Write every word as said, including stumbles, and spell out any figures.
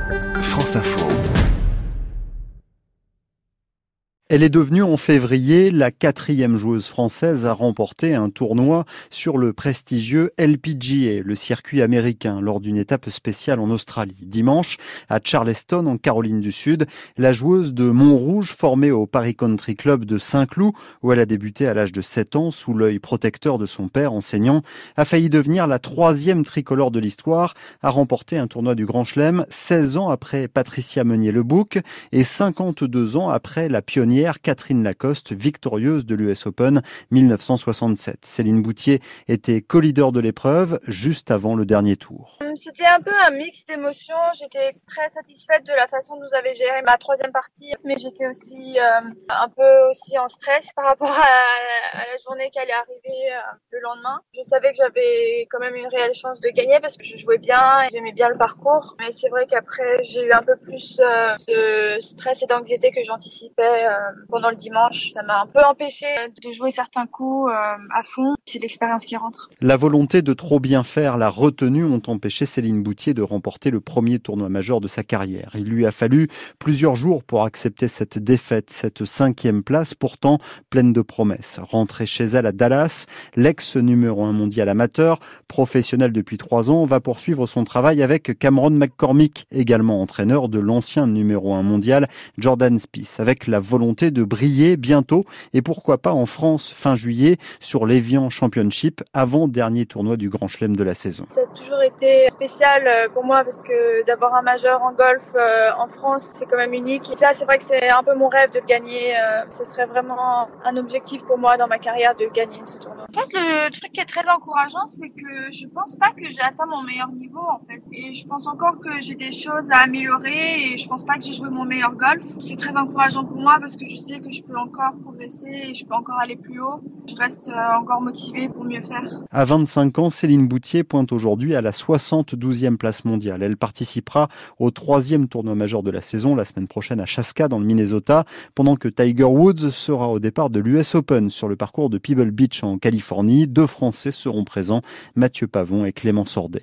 France Info. Elle est devenue en février la quatrième joueuse française à remporter un tournoi sur le prestigieux L P G A, le circuit américain, lors d'une étape spéciale en Australie. Dimanche, à Charleston, en Caroline du Sud, la joueuse de Montrouge, formée au Paris Country Club de Saint-Cloud, où elle a débuté à l'âge de sept ans, sous l'œil protecteur de son père, enseignant, a failli devenir la troisième tricolore de l'histoire à remporter un tournoi du Grand Chelem, seize ans après Patricia Meunier-Lebouc et cinquante-deux ans après la pionnière Catherine Lacoste, victorieuse de l'U S Open mille neuf cent soixante-sept. Céline Boutier était co-leader de l'épreuve juste avant le dernier tour. C'était un peu un mix d'émotions. J'étais très satisfaite de la façon dont vous avez géré ma troisième partie, mais j'étais aussi euh, un peu aussi en stress par rapport à, à la journée qui allait arriver euh, le lendemain. Je savais que j'avais quand même une réelle chance de gagner parce que je jouais bien et j'aimais bien le parcours. Mais c'est vrai qu'après, j'ai eu un peu plus euh, de stress et d'anxiété que j'anticipais euh, pendant le dimanche. Ça m'a un peu empêché de jouer certains coups euh, à fond. C'est l'expérience qui rentre. La volonté de trop bien faire, la retenue ont empêché Céline Boutier de remporter le premier tournoi majeur de sa carrière. Il lui a fallu plusieurs jours pour accepter cette défaite, cette cinquième place pourtant pleine de promesses. Rentrée chez elle à Dallas, l'ex numéro un mondial amateur, professionnel depuis trois ans, va poursuivre son travail avec Cameron McCormick, également entraîneur de l'ancien numéro un mondial Jordan Spieth, avec la volonté de briller bientôt et pourquoi pas en France fin juillet sur l'Evian Championship, avant-dernier tournoi du Grand Chelem de la saison. Ça a toujours été spécial pour moi parce que d'avoir un majeur en golf euh, en France, c'est quand même unique. Et ça, c'est vrai que c'est un peu mon rêve de le gagner. Euh, ce serait vraiment un objectif pour moi dans ma carrière de gagner ce tournoi. En fait, le truc qui est très encourageant, c'est que je pense pas que j'ai atteint mon meilleur niveau en fait. Et je pense encore que j'ai des choses à améliorer et je pense pas que j'ai joué mon meilleur golf. C'est très encourageant pour moi parce que je sais que je peux encore progresser et je peux encore aller plus haut. Je reste encore motivée pour mieux faire. À vingt-cinq ans, Céline Boutier pointe aujourd'hui à la soixante-douzième place mondiale. Elle participera au troisième tournoi majeur de la saison la semaine prochaine à Chaska dans le Minnesota, pendant que Tiger Woods sera au départ de l'U S Open sur le parcours de Pebble Beach en Californie. Deux Français seront présents, Mathieu Pavon et Clément Sordet.